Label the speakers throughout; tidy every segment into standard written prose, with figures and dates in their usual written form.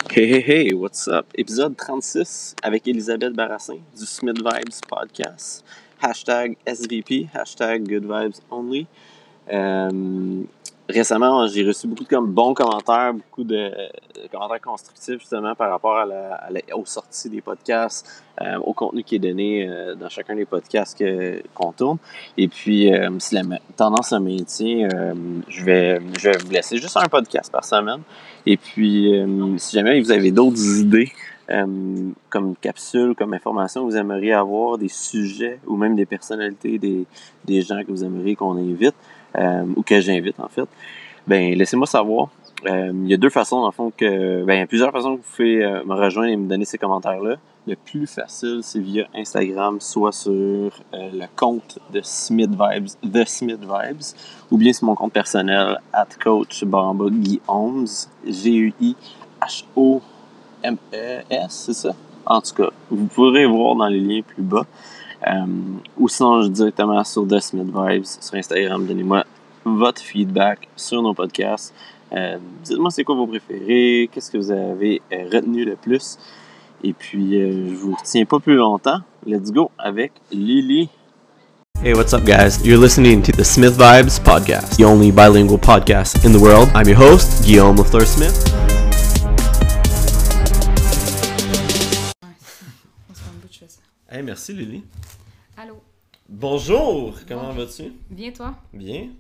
Speaker 1: Hey, hey, hey, what's up? Épisode 36 avec Elisabeth Barassin du Smith Vibes Podcast. Hashtag SVP, hashtag Good Vibes Only. Récemment, j'ai reçu beaucoup de bons commentaires, beaucoup de commentaires constructifs justement par rapport aux sorties des podcasts, au contenu qui est donné dans chacun des podcasts qu'on tourne. Et puis, si la tendance se maintient, je vais vous laisser juste un podcast par semaine. Et puis, si jamais vous avez d'autres idées, comme capsule, comme information que vous aimeriez avoir, des sujets ou même des personnalités, des gens que vous aimeriez qu'on invite, ou que j'invite en fait, ben laissez-moi savoir. Il y a deux façons, dans le fond, il y a plusieurs façons que vous pouvez me rejoindre et me donner ces commentaires-là. Le plus facile, c'est via Instagram, soit sur le compte de Smith Vibes, The Smith Vibes, ou bien sur mon compte personnel, @coach_guillaumes, GUIHOMES, c'est ça? En tout cas, vous pourrez voir dans les liens plus bas. Ou sinon, directement sur The Smith Vibes sur Instagram. Donnez-moi votre feedback sur nos podcasts. Dites-moi c'est quoi vos préférés, qu'est-ce que vous avez retenu le plus. Et puis, je vous retiens pas plus longtemps. Let's go avec Lily.
Speaker 2: Hey, what's up, guys? You're listening to the Smith Vibes Podcast, the only bilingual podcast in the world. I'm your host, Guillaume Lafleur-Smith. Hey, merci Lily.
Speaker 3: Allô.
Speaker 2: Bonjour, comment vas-tu?
Speaker 3: Bien, toi?
Speaker 2: Bien.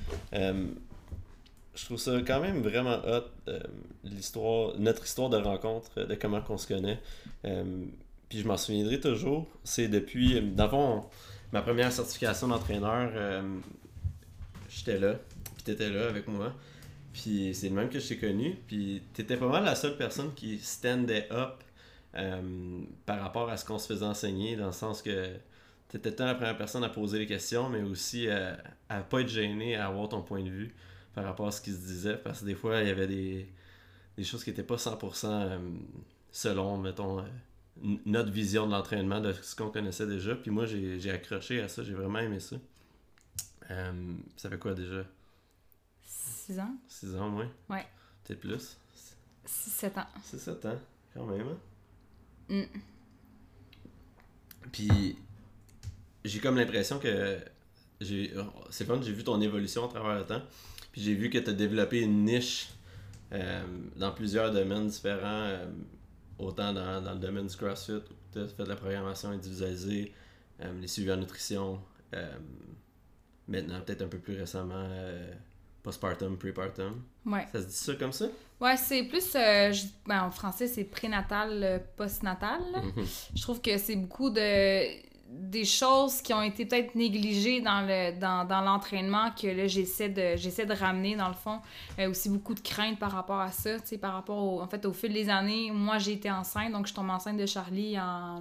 Speaker 2: Je trouve ça quand même vraiment hot, notre histoire de rencontre, de comment on se connaît. Puis je m'en souviendrai toujours. C'est depuis, dans le fond, ma première certification d'entraîneur, j'étais là, puis t'étais là avec moi. Puis c'est le même que je t'ai connu. Puis t'étais pas mal la seule personne qui standait up par rapport à ce qu'on se faisait enseigner, dans le sens que t'étais tant la première personne à poser les questions, mais aussi à pas être gêné, à avoir ton point de vue par rapport à ce qui se disait, parce que des fois, il y avait des choses qui n'étaient pas 100% selon, mettons, notre vision de l'entraînement, de ce qu'on connaissait déjà. Puis moi, j'ai accroché à ça, j'ai vraiment aimé ça. Ça fait quoi déjà?
Speaker 3: 6 ans.
Speaker 2: 6 ans, moi?
Speaker 3: Ouais.
Speaker 2: Peut-être plus?
Speaker 3: 6-7 ans.
Speaker 2: 6-7 ans, quand même, hein?
Speaker 3: Mm.
Speaker 2: Puis, j'ai comme l'impression que c'est fun, j'ai vu ton évolution à travers le temps. Puis j'ai vu que tu as développé une niche dans plusieurs domaines différents, autant dans le domaine du CrossFit, où tu as fait de la programmation individualisée, les suivis en nutrition, maintenant peut-être un peu plus récemment, postpartum, prepartum.
Speaker 3: Ouais.
Speaker 2: Ça se dit ça comme ça?
Speaker 3: Ouais, c'est plus, en français, c'est prénatal, postnatal. Je trouve que c'est beaucoup des choses qui ont été peut-être négligées dans l'entraînement que là, j'essaie de ramener, dans le fond. Aussi beaucoup de craintes par rapport à ça, tu sais, par rapport au fil des années. Moi, j'ai été enceinte, donc je tombe enceinte de Charlie en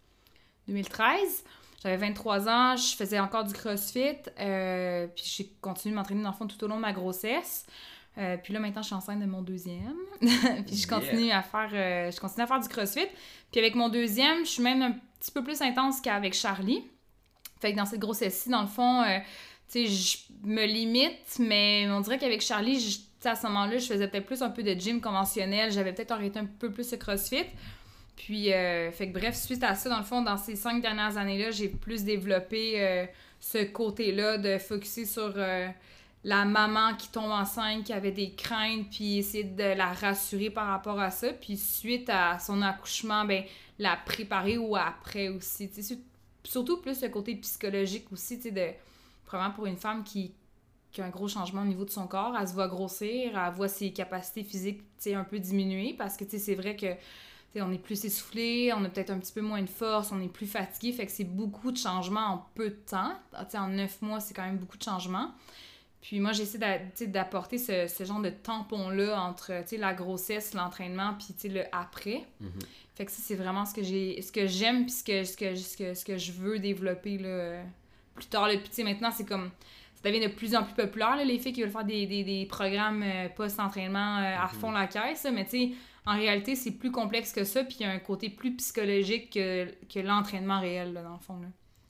Speaker 3: 2013. J'avais 23 ans, je faisais encore du CrossFit, puis j'ai continué de m'entraîner, dans le fond, tout au long de ma grossesse. Puis là, maintenant, je suis enceinte de mon deuxième. Puis je continue à faire du CrossFit. Puis avec mon deuxième, je suis même un petit peu plus intense qu'avec Charlie. Fait que dans cette grossesse-ci, dans le fond, tu sais, je me limite, mais on dirait qu'avec Charlie, à ce moment-là, je faisais peut-être plus un peu de gym conventionnel. J'avais peut-être arrêté un peu plus le CrossFit. Puis, fait que bref, suite à ça, dans le fond, dans ces 5 dernières années-là, j'ai plus développé ce côté-là de focusser sur la maman qui tombe enceinte, qui avait des craintes, puis essayer de la rassurer par rapport à ça. Puis suite à son accouchement, ben la préparer ou après aussi. Surtout plus le côté psychologique aussi, vraiment pour une femme qui a un gros changement au niveau de son corps. Elle se voit grossir, elle voit ses capacités physiques un peu diminuer parce que c'est vrai que on est plus essoufflé, on a peut-être un petit peu moins de force, on est plus fatigué, fait que c'est beaucoup de changements en peu de temps. En 9 mois, c'est quand même beaucoup de changements. Puis moi, j'essaie d'apporter ce genre de tampon-là entre la grossesse, l'entraînement, puis le après. Mm-hmm. Fait que ça, c'est vraiment ce que j'aime, puis ce que je veux développer là, plus tard. Puis maintenant, c'est comme... Ça devient de plus en plus populaire, là, les filles qui veulent faire des programmes post-entraînement à fond la caisse. Là, mais tu sais, en réalité, c'est plus complexe que ça, puis il y a un côté plus psychologique que l'entraînement réel, là, dans le fond. Là.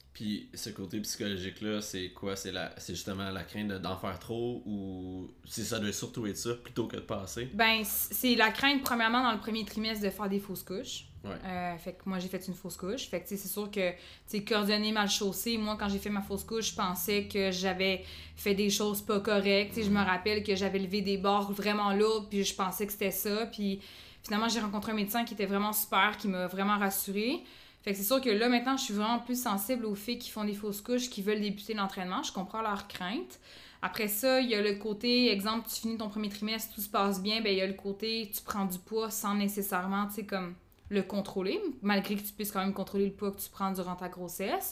Speaker 2: Puis ce côté psychologique-là, c'est quoi? C'est justement la crainte d'en faire trop ou ça doit surtout être ça plutôt que de passer?
Speaker 3: Ben, c'est la crainte, premièrement, dans le premier trimestre, de faire des fausses couches.
Speaker 2: Ouais.
Speaker 3: Fait que moi, j'ai fait une fausse couche. Fait que, c'est sûr que, cordonnier mal chaussé, moi, quand j'ai fait ma fausse couche, je pensais que j'avais fait des choses pas correctes. Je me rappelle que j'avais levé des barres vraiment lourdes, puis je pensais que c'était ça. Puis finalement, j'ai rencontré un médecin qui était vraiment super, qui m'a vraiment rassurée. Fait que c'est sûr que là, maintenant, je suis vraiment plus sensible aux filles qui font des fausses couches, qui veulent débuter l'entraînement. Je comprends leurs craintes. Après ça, il y a le côté, exemple, tu finis ton premier trimestre, tout se passe bien, ben il y a le côté, tu prends du poids sans nécessairement, comme le contrôler, malgré que tu puisses quand même contrôler le poids que tu prends durant ta grossesse.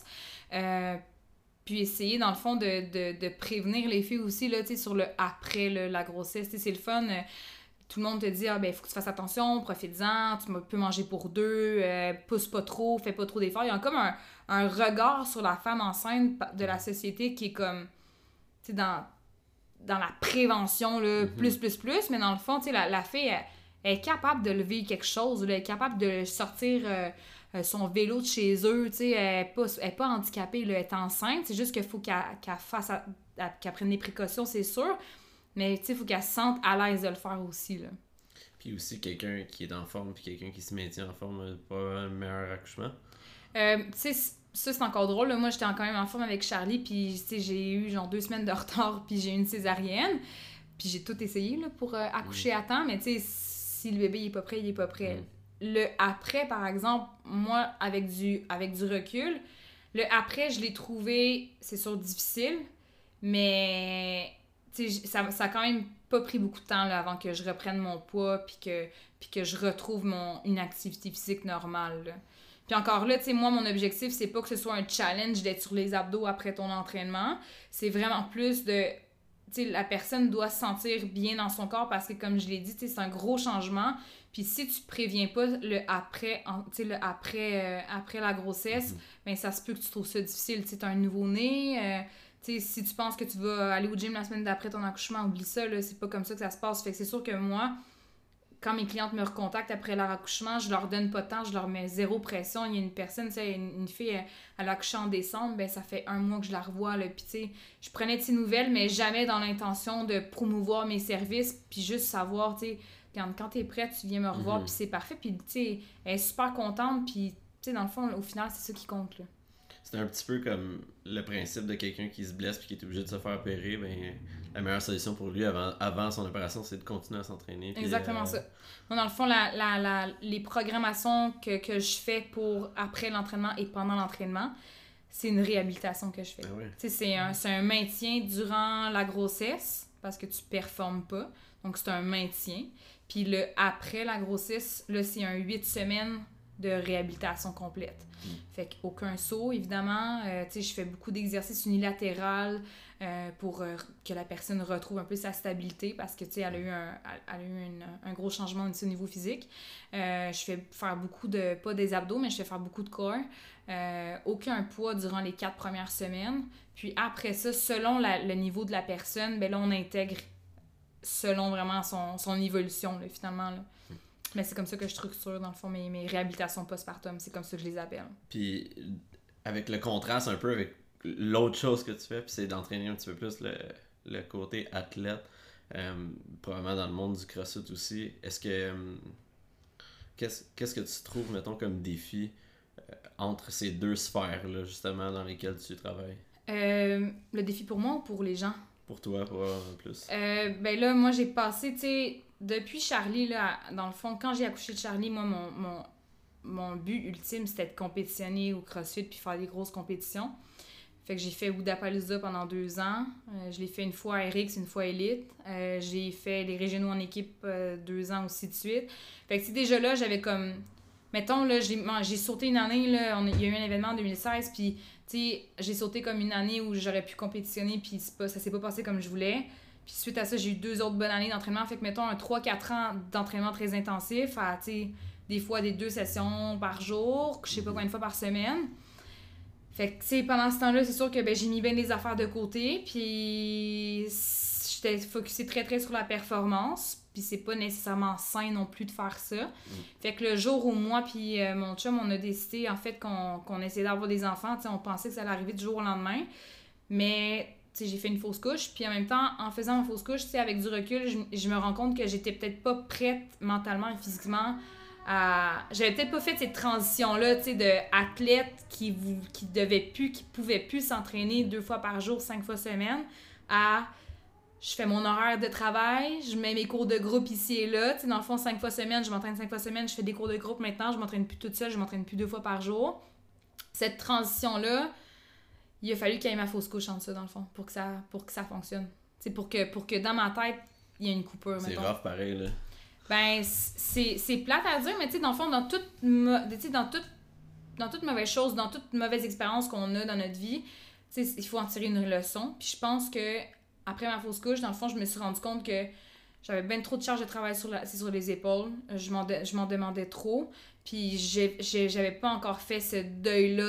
Speaker 3: Puis essayer, dans le fond, de prévenir les filles aussi, là, sur le après la grossesse. C'est le fun. Tout le monde te dit, il faut que tu fasses attention, profites-en, tu peux manger pour deux, pousse pas trop, fais pas trop d'efforts. Il y a comme un regard sur la femme enceinte de la société qui est comme, tu sais, dans la prévention, là, plus, mais dans le fond, tu sais, la fille, elle est capable de lever quelque chose, là, elle est capable de sortir son vélo de chez eux, tu sais, elle est pas handicapée, là, elle est enceinte, c'est juste qu'il faut qu'elle prenne des précautions, c'est sûr. Mais tu sais, il faut qu'elle se sente à l'aise de le faire aussi, là.
Speaker 2: Puis aussi, quelqu'un qui est en forme puis quelqu'un qui se maintient en forme, pas un meilleur accouchement.
Speaker 3: Tu sais, ça, c'est encore drôle. Là. Moi, j'étais quand même en forme avec Charlie, puis tu sais, j'ai eu genre 2 semaines de retard, puis j'ai eu une césarienne. Puis j'ai tout essayé là, pour accoucher à temps, mais tu sais, si le bébé il est pas prêt, il est pas prêt. Le après, par exemple, moi, avec du recul, le après, je l'ai trouvé, c'est sûr, difficile, mais... Ça a quand même pas pris beaucoup de temps là, avant que je reprenne mon poids puis que je retrouve une activité physique normale. Là. Puis encore là, moi, mon objectif, c'est pas que ce soit un challenge d'être sur les abdos après ton entraînement. C'est vraiment plus de... la personne doit se sentir bien dans son corps parce que, comme je l'ai dit, c'est un gros changement. Puis si tu préviens pas le après, après la grossesse, ben ça se peut que tu trouves ça difficile. Tu as un nouveau-né... T'sais, si tu penses que tu vas aller au gym la semaine d'après ton accouchement, oublie ça, là, c'est pas comme ça que ça se passe. Fait que c'est sûr que moi, quand mes clientes me recontactent après leur accouchement, je leur donne pas de temps, je leur mets zéro pression. Il y a une personne, une fille, elle a accouché en décembre, ben ça fait 1 mois que je la revois, là, puis tu sais, je prenais de ses nouvelles, mais jamais dans l'intention de promouvoir mes services, puis juste savoir, tu sais, quand t'es prête, tu viens me revoir, puis c'est parfait, puis tu sais, elle est super contente, puis tu sais, dans le fond, au final, c'est ça qui compte, là.
Speaker 2: C'est un petit peu comme le principe de quelqu'un qui se blesse puis qui est obligé de se faire opérer. Ben, la meilleure solution pour lui avant son opération, c'est de continuer à s'entraîner.
Speaker 3: Exactement ça. Moi, dans le fond, les programmations que je fais pour après l'entraînement et pendant l'entraînement, c'est une réhabilitation que je fais.
Speaker 2: Ah ouais.
Speaker 3: C'est un maintien durant la grossesse parce que tu performes pas. Donc, c'est un maintien. Puis le après la grossesse, là, c'est un 8 semaines de réhabilitation complète. Fait qu'aucun saut, évidemment. Je fais beaucoup d'exercices unilatérales pour que la personne retrouve un peu sa stabilité parce que, elle a eu un gros changement au niveau physique. Je fais faire beaucoup de, pas des abdos, mais je fais faire beaucoup de corps. Aucun poids durant les 4 premières semaines. Puis après ça, selon le niveau de la personne, ben là, on intègre selon vraiment son évolution, là, finalement, là. Mais c'est comme ça que je structure, dans le fond, mes réhabilitations postpartum. C'est comme ça que je les appelle.
Speaker 2: Puis, avec le contraste un peu avec l'autre chose que tu fais, puis c'est d'entraîner un petit peu plus le côté athlète, probablement dans le monde du CrossFit aussi. Est-ce que... qu'est-ce que tu trouves, mettons, comme défi entre ces deux sphères-là, justement, dans lesquelles tu travailles?
Speaker 3: Le défi pour moi ou pour les gens?
Speaker 2: Pour toi, en plus.
Speaker 3: Ben là, moi, j'ai passé, tu sais... Depuis Charlie, là, dans le fond, quand j'ai accouché de Charlie, moi, mon but ultime, c'était de compétitionner au CrossFit puis faire des grosses compétitions. Fait que j'ai fait Wodapalooza pendant 2 ans. Je l'ai fait une fois à RX, une fois à Elite. J'ai fait les régionaux en équipe 2 ans aussi de suite. Fait que déjà là, j'avais comme... Mettons, là, j'ai sauté une année, là, il y a eu un événement en 2016, puis, tu sais, j'ai sauté comme une année où j'aurais pu compétitionner, puis ça s'est pas passé comme je voulais. Puis suite à ça, j'ai eu 2 autres bonnes années d'entraînement. Fait que, mettons, 3-4 ans d'entraînement très intensif à, tu sais, des fois des 2 sessions par jour, je sais pas combien de fois par semaine. Fait que, tu sais, pendant ce temps-là, c'est sûr que j'ai mis bien les affaires de côté. Puis j'étais focusée très, très sur la performance. puis c'est pas nécessairement sain non plus de faire ça. Fait que le jour où moi puis mon chum, on a décidé en fait qu'on essayait d'avoir des enfants, on pensait que ça allait arriver du jour au lendemain, mais j'ai fait une fausse couche, puis en même temps, en faisant ma fausse couche, avec du recul, je me rends compte que j'étais peut-être pas prête mentalement et physiquement j'avais peut-être pas fait cette transition-là, de athlète qui pouvait plus s'entraîner 2 fois par jour, 5 fois semaine, à je fais mon horaire de travail, je mets mes cours de groupe ici et là. Dans le fond, 5 fois semaine, je m'entraîne 5 fois semaine, je fais des cours de groupe maintenant, je m'entraîne plus toute seule, je m'entraîne plus 2 fois par jour. Cette transition-là, il a fallu qu'il y ait ma fausse couche en ça, dans le fond, pour que ça fonctionne. Pour que dans ma tête, il y ait une coupure,
Speaker 2: c'est
Speaker 3: mettons.
Speaker 2: rough pareil, là.
Speaker 3: Ben, c'est plate à dire, mais dans le fond, dans toute mauvaise chose, dans toute mauvaise expérience qu'on a dans notre vie, il faut en tirer une leçon. Puis je pense que après ma fausse couche, dans le fond, je me suis rendu compte que j'avais bien trop de charge de travail sur les épaules. Je m'en demandais trop. Puis j'avais pas encore fait ce deuil-là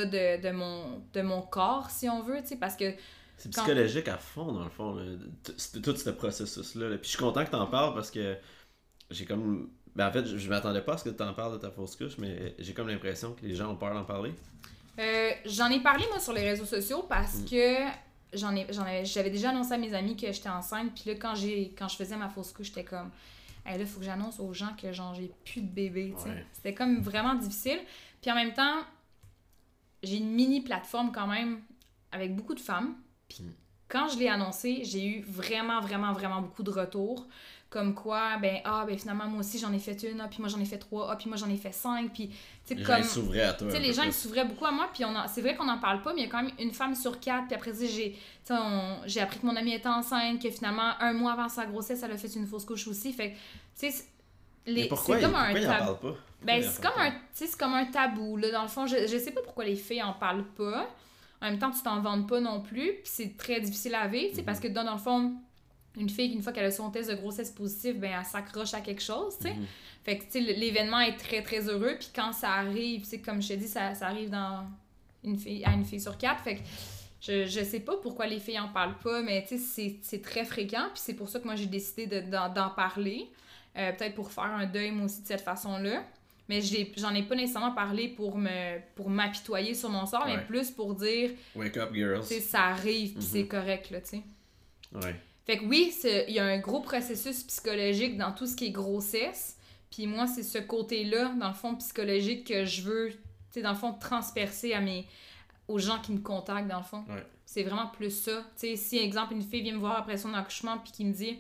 Speaker 3: de mon corps, si on veut, parce que...
Speaker 2: C'est psychologique à fond, dans le fond, là, tout ce processus-là. Puis je suis content que t'en parles parce que j'ai comme... Ben en fait, je m'attendais pas à ce que t'en parles de ta fausse couche, mais j'ai comme l'impression que les gens ont peur d'en parler.
Speaker 3: J'en ai parlé, moi, sur les réseaux sociaux parce que j'avais déjà annoncé à mes amis que j'étais enceinte. Puis là, quand je faisais ma fausse couche, j'étais comme... Hey, là, il faut que j'annonce aux gens que j'ai plus de bébé, tu sais. Ouais. C'était comme vraiment difficile. Puis en même temps, j'ai une mini plateforme quand même avec beaucoup de femmes. Puis quand je l'ai annoncé, j'ai eu vraiment, vraiment, vraiment beaucoup de retours. Comme quoi, ben finalement, moi aussi, j'en ai fait une, puis moi, j'en ai fait 3, puis moi, j'en ai fait 5, puis...
Speaker 2: Les gens, ils s'ouvraient à toi.
Speaker 3: Les gens, ils s'ouvraient beaucoup à moi, puis c'est vrai qu'on n'en parle pas, mais il y a quand même une femme sur 4, puis après ça, j'ai appris que mon amie était enceinte, que finalement, 1 mois avant sa grossesse, elle a fait une fausse couche aussi, fait tu sais...
Speaker 2: Mais pourquoi ils en parlent pas?
Speaker 3: Ben, c'est comme un tabou, là, dans le fond, je sais pas pourquoi les filles en parlent pas. En même temps, tu t'en vantes pas non plus, puis c'est très difficile à vivre, parce que dans le fond... Une fille, une fois qu'elle a son test de grossesse positif, ben elle s'accroche à quelque chose, tu sais. Fait que, tu sais, l'événement est très, très heureux. Puis quand ça arrive, tu sais, comme je te dis, ça arrive à une fille sur 4. Fait que je sais pas pourquoi les filles en parlent pas, mais tu sais, c'est très fréquent. Puis c'est pour ça que moi, j'ai décidé d'en parler. Peut-être pour faire un deuil, moi aussi, de cette façon-là. Mais j'en ai pas nécessairement parlé pour m'apitoyer sur mon sort, mais plus pour dire...
Speaker 2: Wake up, girls.
Speaker 3: Tu sais, ça arrive, puis c'est correct, là, tu sais.
Speaker 2: Ouais.
Speaker 3: Fait que oui, il y a un gros processus psychologique dans tout ce qui est grossesse. Puis moi, c'est ce côté-là, dans le fond, psychologique que je veux, tu sais, dans le fond, transpercer aux gens qui me contactent, dans le fond.
Speaker 2: Ouais.
Speaker 3: C'est vraiment plus ça. Tu sais, si, exemple, une fille vient me voir après son accouchement puis qui me dit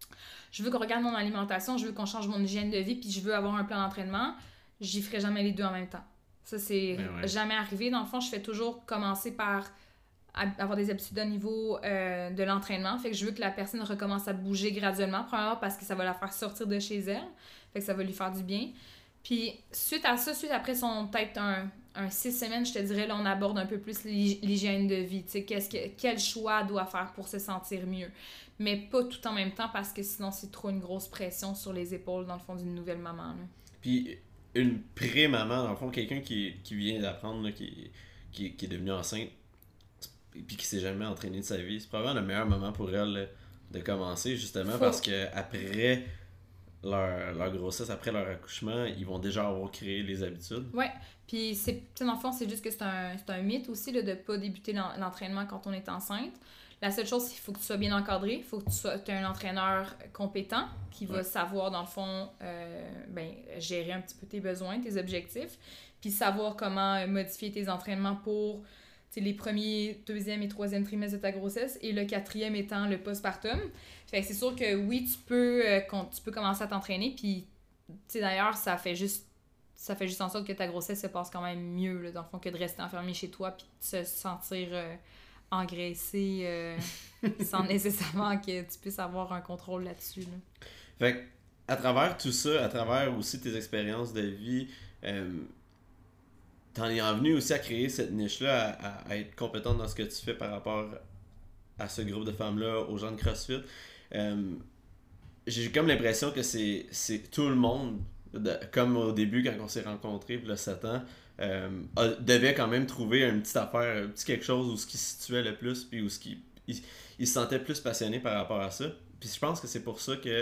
Speaker 3: « Je veux qu'on regarde mon alimentation, je veux qu'on change mon hygiène de vie puis je veux avoir un plan d'entraînement », j'y ferai jamais les deux en même temps. Ça, c'est jamais arrivé. Dans le fond, je fais toujours commencer par... avoir des habitudes au niveau de l'entraînement. Fait que je veux que la personne recommence à bouger graduellement. Premièrement, parce que ça va la faire sortir de chez elle. Fait que ça va lui faire du bien. Puis, suite après peut-être un 6 semaines, je te dirais, là, on aborde un peu plus l'hygiène de vie. Tu sais, quel choix doit faire pour se sentir mieux. Mais pas tout en même temps, parce que sinon, c'est trop une grosse pression sur les épaules, dans le fond, d'une nouvelle maman. Là.
Speaker 2: Puis, une pré-maman, dans le fond, quelqu'un qui vient d'apprendre, là, qui est devenu enceinte, puis qui s'est jamais entraîné de sa vie, c'est probablement le meilleur moment pour elle là, de commencer, justement, parce que après leur grossesse, après leur accouchement, ils vont déjà avoir créé les habitudes.
Speaker 3: Ouais, puis dans le fond, c'est juste que c'est un mythe aussi là, de pas débuter l'entraînement quand on est enceinte. La seule chose, c'est qu'il faut que tu sois bien encadré, il faut que tu aies un entraîneur compétent qui va savoir, dans le fond, gérer un petit peu tes besoins, tes objectifs, puis savoir comment modifier tes entraînements pour les premiers, 2e et 3e trimestres de ta grossesse et le 4e étant le postpartum. Fait que c'est sûr que oui, tu peux commencer à t'entraîner, puis d'ailleurs, ça fait juste en sorte que ta grossesse se passe quand même mieux, là, dans le fond, que de rester enfermé chez toi puis de se sentir engraissé sans nécessairement que tu puisses avoir un contrôle là-dessus. Là.
Speaker 2: Fait que, à travers tout ça, à travers aussi tes expériences de vie, t'en es venu aussi à créer cette niche-là, à être compétente dans ce que tu fais par rapport à ce groupe de femmes-là, aux gens de CrossFit. J'ai comme l'impression que c'est tout le monde, comme au début quand on s'est rencontrés, il y a 7 ans, devait quand même trouver une petite affaire, un petit quelque chose où ce qui se situait le plus, puis où il se sentait plus passionné par rapport à ça. Puis je pense que c'est pour ça que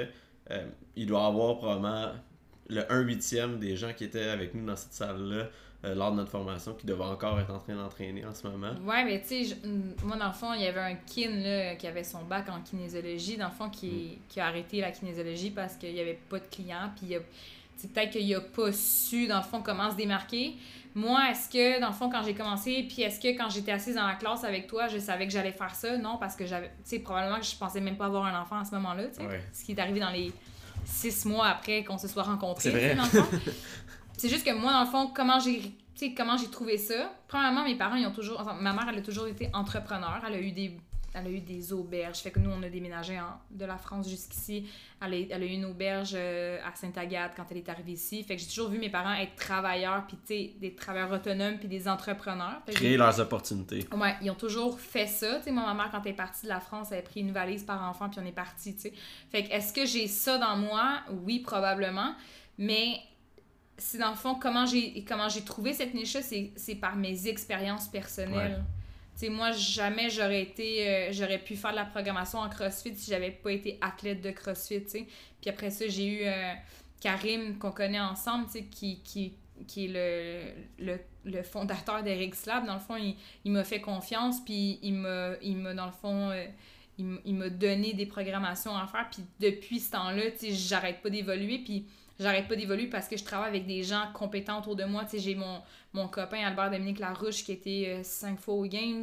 Speaker 2: il doit y avoir probablement le 1/8 des gens qui étaient avec nous dans cette salle-là lors de notre formation qui devaient encore être en train d'entraîner en ce moment.
Speaker 3: Ouais, mais tu sais, moi, dans le fond, il y avait un kin là, qui avait son bac en kinésiologie, dans le fond, qui a arrêté la kinésiologie parce qu'il n'y avait pas de clients, puis peut-être qu'il n'a pas su, dans le fond, comment se démarquer. Moi, est-ce que, dans le fond, quand j'ai commencé, puis est-ce que quand j'étais assise dans la classe avec toi, je savais que j'allais faire ça? Non, parce que j'avais, tu sais, probablement que je pensais même pas avoir un enfant à ce moment-là, tu sais.
Speaker 2: Ouais.
Speaker 3: Ce qui est arrivé dans les 6 mois après qu'on se soit rencontrés.
Speaker 2: C'est vrai.
Speaker 3: Dans le fond. C'est juste que moi, dans le fond, comment j'ai trouvé ça? Premièrement, mes parents, ils ont toujours... Enfin, ma mère, elle a toujours été entrepreneur. Elle a eu des auberges. Fait que nous, on a déménagé de la France jusqu'ici. Elle a eu une auberge à Sainte-Agathe quand elle est arrivée ici. Fait que j'ai toujours vu mes parents être travailleurs, puis tu sais, des travailleurs autonomes, puis des entrepreneurs.
Speaker 2: Créer leurs opportunités.
Speaker 3: Ouais, ils ont toujours fait ça. Tu sais, moi, ma mère, quand elle est partie de la France, elle a pris une valise par enfant, puis on est parti, tu sais. Fait que est-ce que j'ai ça dans moi? Oui, probablement. Mais c'est dans le fond, comment j'ai trouvé cette niche-là, c'est par mes expériences personnelles.
Speaker 2: Ouais.
Speaker 3: Tu sais, moi, jamais j'aurais pu faire de la programmation en CrossFit si j'avais pas été athlète de CrossFit, tu sais. Puis après ça, j'ai eu Karim, qu'on connaît ensemble, tu sais, qui est le fondateur d'Eric's Lab. Dans le fond, il m'a fait confiance, puis il m'a dans le fond... il m'a donné des programmations à faire, puis depuis ce temps-là, tu sais, j'arrête pas d'évoluer, puis j'arrête pas d'évoluer parce que je travaille avec des gens compétents autour de moi. Tu sais, j'ai mon copain Albert-Dominique Larouche qui a été 5 fois aux Games,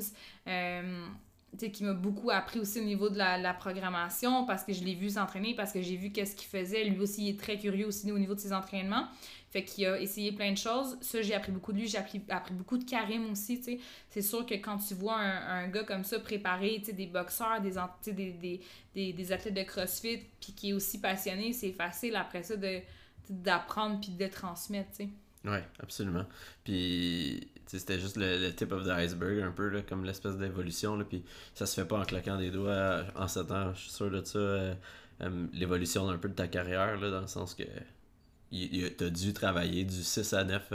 Speaker 3: tu sais, qui m'a beaucoup appris aussi au niveau de la programmation parce que je l'ai vu s'entraîner, parce que j'ai vu qu'est-ce qu'il faisait. Lui aussi, il est très curieux aussi au niveau de ses entraînements. Fait qu'il a essayé plein de choses. Ça, j'ai appris beaucoup de lui. J'ai appris beaucoup de Karim aussi, tu sais. C'est sûr que quand tu vois un gars comme ça préparer, tu sais, des boxeurs, des athlètes de CrossFit, puis qui est aussi passionné, c'est facile après ça d'apprendre puis de transmettre, tu sais.
Speaker 2: Oui, absolument. Puis, c'était juste le tip of the iceberg, un peu, là, comme l'espèce d'évolution. Là, puis ça se fait pas en claquant des doigts en 7 ans, je suis sûr de ça. L'évolution un peu de ta carrière, là, dans le sens que t'as dû travailler du 6 à 9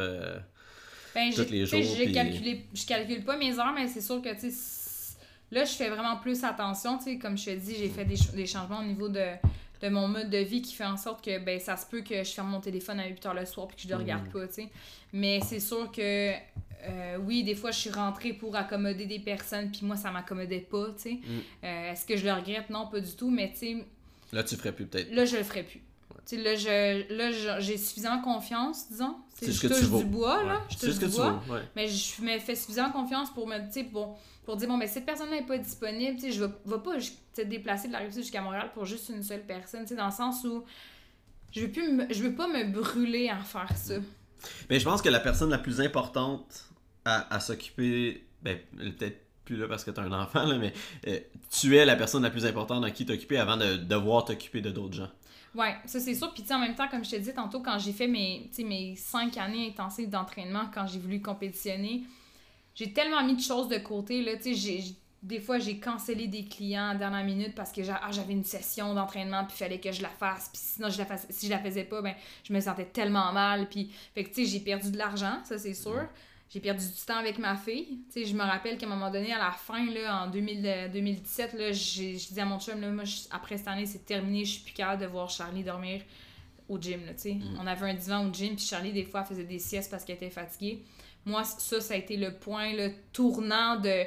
Speaker 2: tous les jours.
Speaker 3: Je calcule pas mes heures, mais c'est sûr que, tu sais, là, je fais vraiment plus attention. Tu sais, comme je te dis, j'ai fait des changements au niveau de mon mode de vie qui fait en sorte que, ben, ça se peut que je ferme mon téléphone à 8h le soir puis que je le regarde pas, tu sais. Mais c'est sûr que, oui, des fois, je suis rentrée pour accommoder des personnes puis moi, ça m'accommodait pas, tu sais. Est-ce que je le regrette? Non, pas du tout, mais, tu sais...
Speaker 2: Là, tu ferais plus, peut-être.
Speaker 3: Là, je le ferais plus. Tu sais, là, j'ai suffisamment confiance, disons.
Speaker 2: C'est ce
Speaker 3: je
Speaker 2: que tu
Speaker 3: touche
Speaker 2: vaux.
Speaker 3: du bois, là. Je
Speaker 2: C'est
Speaker 3: touche
Speaker 2: ce que
Speaker 3: du
Speaker 2: tu
Speaker 3: bois.
Speaker 2: vaux, ouais.
Speaker 3: Mais je me fais suffisamment confiance pour me, tu sais, pour dire, bon, ben, cette personne-là n'est pas disponible, tu sais, je vais pas te déplacer de la Rive-Sud jusqu'à Montréal pour juste une seule personne, tu sais, dans le sens où je veux pas me brûler à faire ça.
Speaker 2: Mais je pense que la personne la plus importante à s'occuper, ben, peut-être plus là parce que t'as un enfant, là, mais tu es la personne la plus importante à qui t'occuper avant de devoir t'occuper de d'autres gens.
Speaker 3: Ouais, ça c'est sûr. Puis tu sais, en même temps, comme je te disais tantôt, quand j'ai fait mes 5 années intensives d'entraînement, quand j'ai voulu compétitionner, j'ai tellement mis de choses de côté, là, tu sais, des fois, j'ai cancellé des clients à la dernière minute parce que j'avais une session d'entraînement puis il fallait que je la fasse. Puis sinon, si je la faisais pas, ben je me sentais tellement mal. Puis, fait que, tu sais, j'ai perdu de l'argent, ça, c'est sûr. J'ai perdu du temps avec ma fille. Tu sais, je me rappelle qu'à un moment donné, à la fin, là, en 2017, là, j'ai dit à mon chum, là, moi, après cette année, c'est terminé, je suis plus capable de voir Charlie dormir au gym, là, tu sais. On avait un divan au gym, puis Charlie, des fois, elle faisait des siestes parce qu'elle était fatiguée. Moi, ça a été le point, le tournant de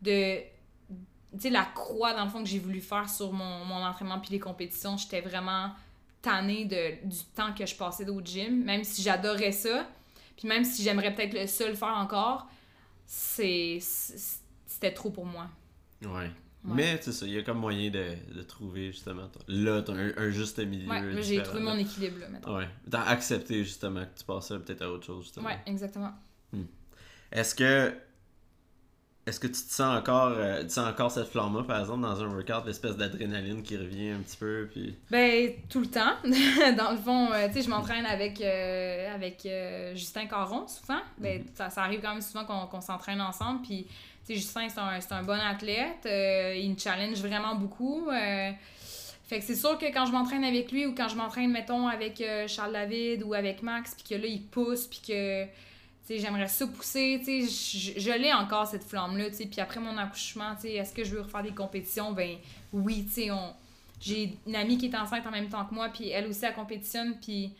Speaker 3: tu sais, la croix, dans le fond, que j'ai voulu faire sur mon entraînement puis les compétitions. J'étais vraiment tannée du temps que je passais au gym, même si j'adorais ça. Puis même si j'aimerais peut-être le seul faire encore, c'était trop pour moi.
Speaker 2: Ouais. Mais c'est ça, il y a comme moyen de trouver justement là t'as un juste milieu.
Speaker 3: Ouais, là, j'ai trouvé mon équilibre là maintenant.
Speaker 2: Ouais. T'as accepté justement que tu passais peut-être à autre chose justement.
Speaker 3: Ouais, exactement.
Speaker 2: Est-ce que tu te sens encore cette flamme-là, par exemple, dans un workout, l'espèce d'adrénaline qui revient un petit peu, puis... Ben,
Speaker 3: tout le temps. Dans le fond, tu sais, je m'entraîne avec Justin Caron, souvent. Ben, ça arrive quand même souvent qu'on s'entraîne ensemble, puis, tu sais, Justin, c'est un bon athlète. Il me challenge vraiment beaucoup. Fait que c'est sûr que quand je m'entraîne avec lui, ou quand je m'entraîne, mettons, avec Charles David ou avec Max, puis que là, il pousse, puis que... T'sais, j'aimerais ça pousser, je l'ai encore cette flamme-là, puis après mon accouchement, est-ce que je veux refaire des compétitions? Ben oui, J'ai une amie qui est enceinte en même temps que moi, puis elle aussi, elle compétitionne, puis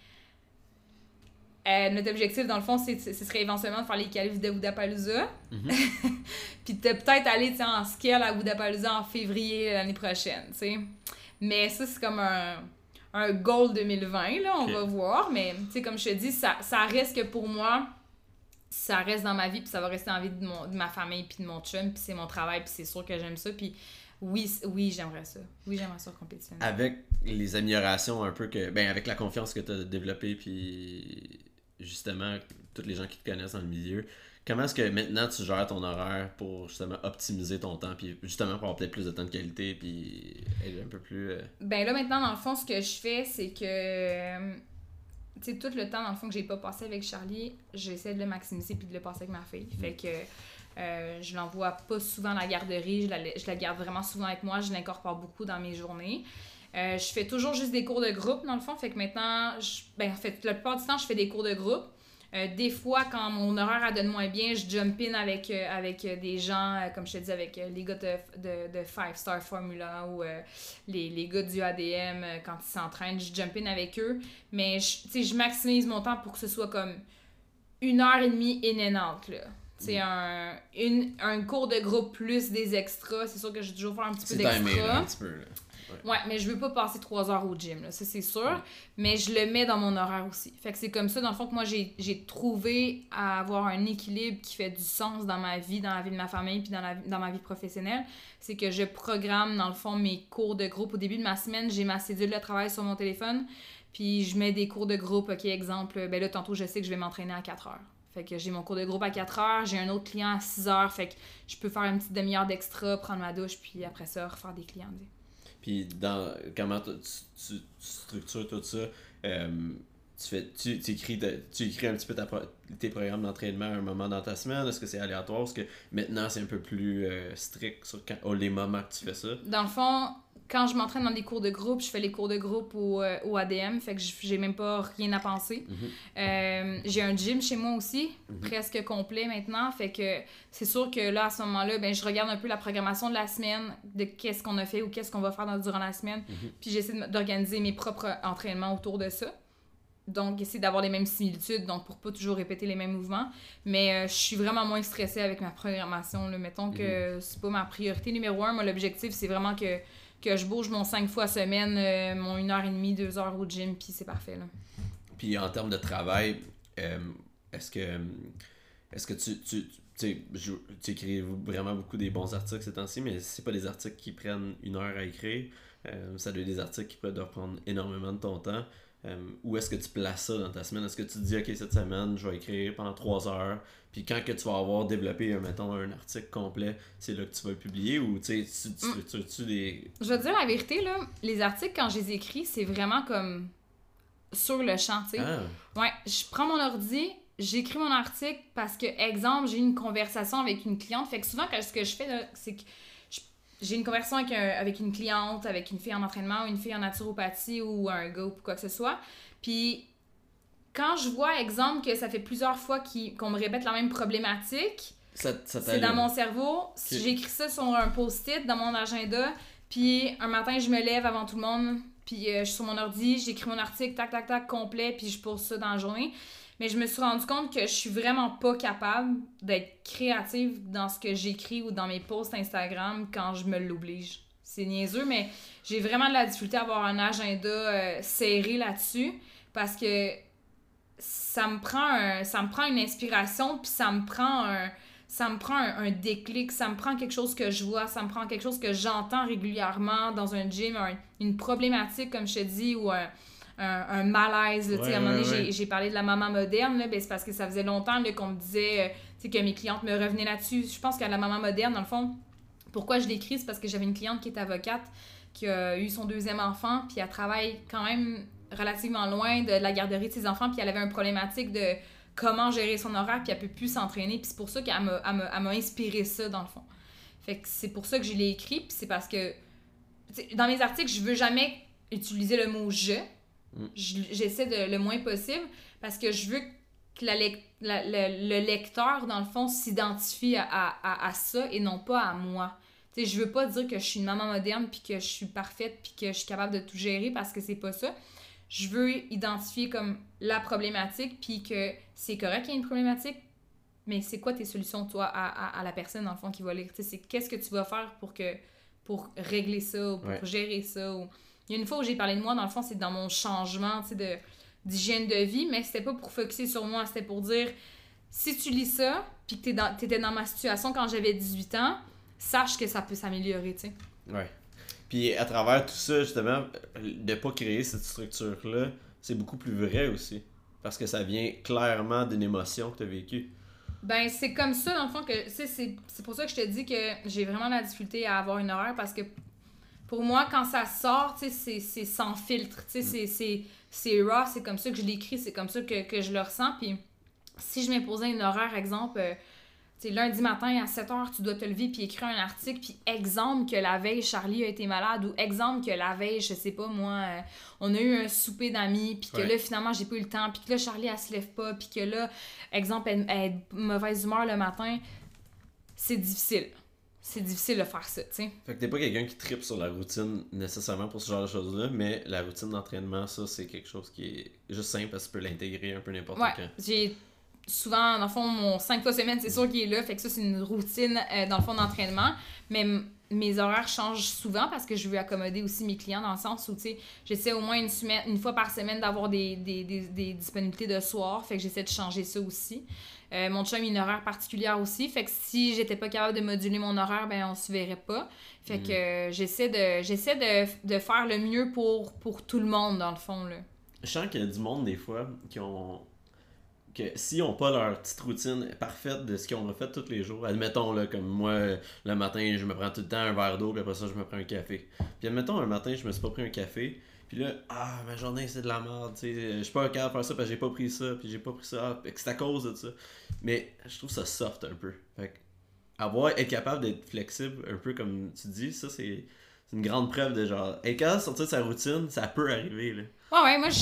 Speaker 3: notre objectif, dans le fond, ce serait éventuellement de faire les qualifs de Wodapalooza. Puis de peut-être aller en scale à Wodapalooza en février l'année prochaine, tu sais. Mais ça, c'est comme un goal 2020, là, on va voir. Mais, tu sais, comme je te dis, ça reste que pour moi, ça reste dans ma vie, puis ça va rester dans la vie de ma famille, puis de mon chum, puis c'est mon travail, puis c'est sûr que j'aime ça. Puis oui, j'aimerais ça. Oui, j'aimerais ça compétitionner.
Speaker 2: Avec les améliorations un peu que... Ben, avec la confiance que tu as développée, puis justement, tous les gens qui te connaissent dans le milieu, comment est-ce que maintenant tu gères ton horaire pour justement optimiser ton temps, puis justement pour avoir peut-être plus de temps de qualité, puis être un peu plus...
Speaker 3: Ben là, maintenant, dans le fond, ce que je fais, c'est que... Tu sais, tout le temps, dans le fond, que j'ai pas passé avec Charlie, j'essaie de le maximiser puis de le passer avec ma fille. Fait que je l'envoie pas souvent à la garderie, je la garde vraiment souvent avec moi, je l'incorpore beaucoup dans mes journées. Je fais toujours juste des cours de groupe, dans le fond. Fait que maintenant, en fait, la plupart du temps, je fais des cours de groupe. Des fois, quand mon horaire elle donne moins bien, je jump in avec des gens, comme je te dis, avec les gars de 5 Star Formula ou les gars du ADM, quand ils s'entraînent, je jump in avec eux. Mais je maximise mon temps pour que ce soit comme 1h30 in and out, là. C'est un cours de groupe plus des extras. C'est sûr que je vais toujours faire un petit peu d'extra.
Speaker 2: Un petit peu, là.
Speaker 3: Ouais, mais je veux pas passer 3 heures au gym, là, ça c'est sûr. Mais je le mets dans mon horaire aussi. Fait que c'est comme ça, dans le fond, que moi j'ai trouvé à avoir un équilibre qui fait du sens dans ma vie, dans la vie de ma famille, puis dans ma vie professionnelle. C'est que je programme, dans le fond, mes cours de groupe. Au début de ma semaine, j'ai ma cédule de travail sur mon téléphone. Puis je mets des cours de groupe. OK, exemple, ben là, tantôt, je sais que je vais m'entraîner à 4 heures. Fait que j'ai mon cours de groupe à 4 heures, j'ai un autre client à 6 heures. Fait que je peux faire une petite demi-heure d'extra, prendre ma douche, puis après ça, refaire des clients.
Speaker 2: Puis comment tu structures tout ça, tu écris un petit peu tes programmes d'entraînement à un moment dans ta semaine, est-ce que c'est aléatoire, est-ce que maintenant c'est un peu plus strict sur les moments que tu fais ça?
Speaker 3: Dans le fond, quand je m'entraîne dans des cours de groupe, je fais les cours de groupe au ADM, fait que j'ai même pas rien à penser. J'ai un gym chez moi aussi, presque complet maintenant, fait que c'est sûr que là, à ce moment-là, ben, je regarde un peu la programmation de la semaine, de qu'est-ce qu'on a fait ou qu'est-ce qu'on va faire durant la semaine, puis j'essaie d'organiser mes propres entraînements autour de ça. Donc, essayer d'avoir les mêmes similitudes, donc pour pas toujours répéter les mêmes mouvements. Mais je suis vraiment moins stressée avec ma programmation, là. Mettons que c'est pas ma priorité numéro 1. Moi, l'objectif, c'est vraiment que je bouge mon 5 fois semaine, mon 1h30, 2 heures au gym, puis c'est parfait, là.
Speaker 2: Puis en termes de travail, est-ce que tu écris vraiment beaucoup des bons articles ces temps-ci, mais c'est pas des articles qui prennent 1 heure à écrire, ça doit être des articles qui peuvent prendre énormément de ton temps. Où est-ce que tu places ça dans ta semaine? Est-ce que tu te dis, OK, cette semaine, je vais écrire pendant 3 heures, puis quand que tu vas avoir développé, mettons, un article complet, c'est là que tu vas le publier, ou tu structures-tu des...
Speaker 3: Je vais te dire la vérité, là, les articles, quand je les écris, c'est vraiment comme sur le champ, tu sais. Ouais, je prends mon ordi, j'écris mon article parce que, exemple, j'ai une conversation avec une cliente, fait que souvent, ce que je fais, là, c'est que j'ai une conversation avec une cliente, avec une fille en entraînement, ou une fille en naturopathie, ou un gars, ou quoi que ce soit. Puis, quand je vois, exemple, que ça fait plusieurs fois qu'on me répète la même problématique, c'est dans mon cerveau. Si j'écris ça sur un post-it, dans mon agenda, puis un matin, je me lève avant tout le monde, puis je suis sur mon ordi, j'écris mon article, tac, tac, tac, complet, puis je pose ça dans la journée. Mais je me suis rendu compte que je suis vraiment pas capable d'être créative dans ce que j'écris ou dans mes posts Instagram quand je me l'oblige. C'est niaiseux, mais j'ai vraiment de la difficulté à avoir un agenda serré là-dessus parce que ça me prend une inspiration, puis ça me prend un déclic, ça me prend quelque chose que je vois, ça me prend quelque chose que j'entends régulièrement dans un gym, une problématique, comme je te dis, ou un malaise. À un moment donné, j'ai parlé de la maman moderne, là, ben, c'est parce que ça faisait longtemps là, qu'on me disait que mes clientes me revenaient là-dessus. Je pense qu'à la maman moderne, dans le fond, pourquoi je l'écris, c'est parce que j'avais une cliente qui est avocate, qui a eu son 2e enfant, puis elle travaille quand même relativement loin de la garderie de ses enfants, puis elle avait une problématique de comment gérer son horaire, puis elle peut plus s'entraîner, puis c'est pour ça qu'elle m'a inspiré ça, dans le fond. Fait que c'est pour ça que je l'ai écrit, puis c'est parce que dans mes articles, je veux jamais utiliser le mot « je ». J'essaie de le moins possible parce que je veux que le lecteur, dans le fond, s'identifie à ça et non pas à moi. Tu sais, je veux pas dire que je suis une maman moderne, puis que je suis parfaite, puis que je suis capable de tout gérer, parce que c'est pas ça. Je veux identifier comme la problématique, puis que c'est correct qu'il y ait une problématique, mais c'est quoi tes solutions, toi, à la personne, dans le fond, qui va lire? Tu sais, c'est qu'est-ce que tu vas faire pour régler ça, ou pour gérer ça, ou... Il y a une fois où j'ai parlé de moi, dans le fond, c'est dans mon changement, tu sais, d'hygiène de vie, mais c'était pas pour focusser sur moi, c'était pour dire, si tu lis ça, puis que t'étais dans ma situation quand j'avais 18 ans, sache que ça peut s'améliorer, tu sais.
Speaker 2: Ouais. Puis à travers tout ça, justement, de pas créer cette structure-là, c'est beaucoup plus vrai aussi. Parce que ça vient clairement d'une émotion que tu as vécue.
Speaker 3: Ben, c'est comme ça, dans le fond, que c'est pour ça que je te dis que j'ai vraiment la difficulté à avoir une horaire, parce que pour moi, quand ça sort, tu sais, c'est sans filtre, tu sais, c'est raw, c'est comme ça que je l'écris, c'est comme ça que je le ressens, puis si je m'imposais une horaire, exemple, tu sais, lundi matin à 7h, tu dois te lever puis écrire un article, puis exemple que la veille, Charlie a été malade, ou exemple que la veille, je sais pas, moi, on a eu un souper d'amis, puis que là, finalement, j'ai pas eu le temps, puis que là, Charlie, elle se lève pas, puis que là, exemple, elle est de mauvaise humeur le matin, c'est difficile. C'est difficile de faire ça, tu sais.
Speaker 2: Fait que t'es pas quelqu'un qui tripe sur la routine nécessairement pour ce genre de choses-là, mais la routine d'entraînement, ça, c'est quelque chose qui est juste simple parce que tu peux l'intégrer un peu n'importe quand.
Speaker 3: J'ai souvent, dans le fond, mon 5 fois semaine, c'est sûr qu'il est là, fait que ça, c'est une routine, dans le fond, d'entraînement, mais mes horaires changent souvent parce que je veux accommoder aussi mes clients dans le sens où, tu sais, j'essaie au moins une fois par semaine d'avoir des disponibilités de soir, fait que j'essaie de changer ça aussi. Mon chum a une horaire particulière aussi, fait que si j'étais pas capable de moduler mon horaire, ben on se verrait pas. Fait que j'essaie de faire le mieux pour tout le monde, dans le fond, là.
Speaker 2: Je sens qu'il y a du monde, des fois, que s'ils n'ont pas leur petite routine parfaite de ce qu'ils ont fait tous les jours, admettons, là, comme moi, le matin, je me prends tout le temps un verre d'eau, puis après ça, je me prends un café. Puis admettons, un matin, je me suis pas pris un café, puis là, ma journée, c'est de la merde, tu sais, je suis pas capable de faire ça parce que j'ai pas pris ça, puis j'ai pas pris ça, puis c'est à cause de ça. Mais je trouve ça soft un peu. Fait que être capable d'être flexible, un peu comme tu dis, ça, c'est une grande preuve de genre, être capable de sortir de sa routine, ça peut arriver, là.
Speaker 3: Ouais, moi,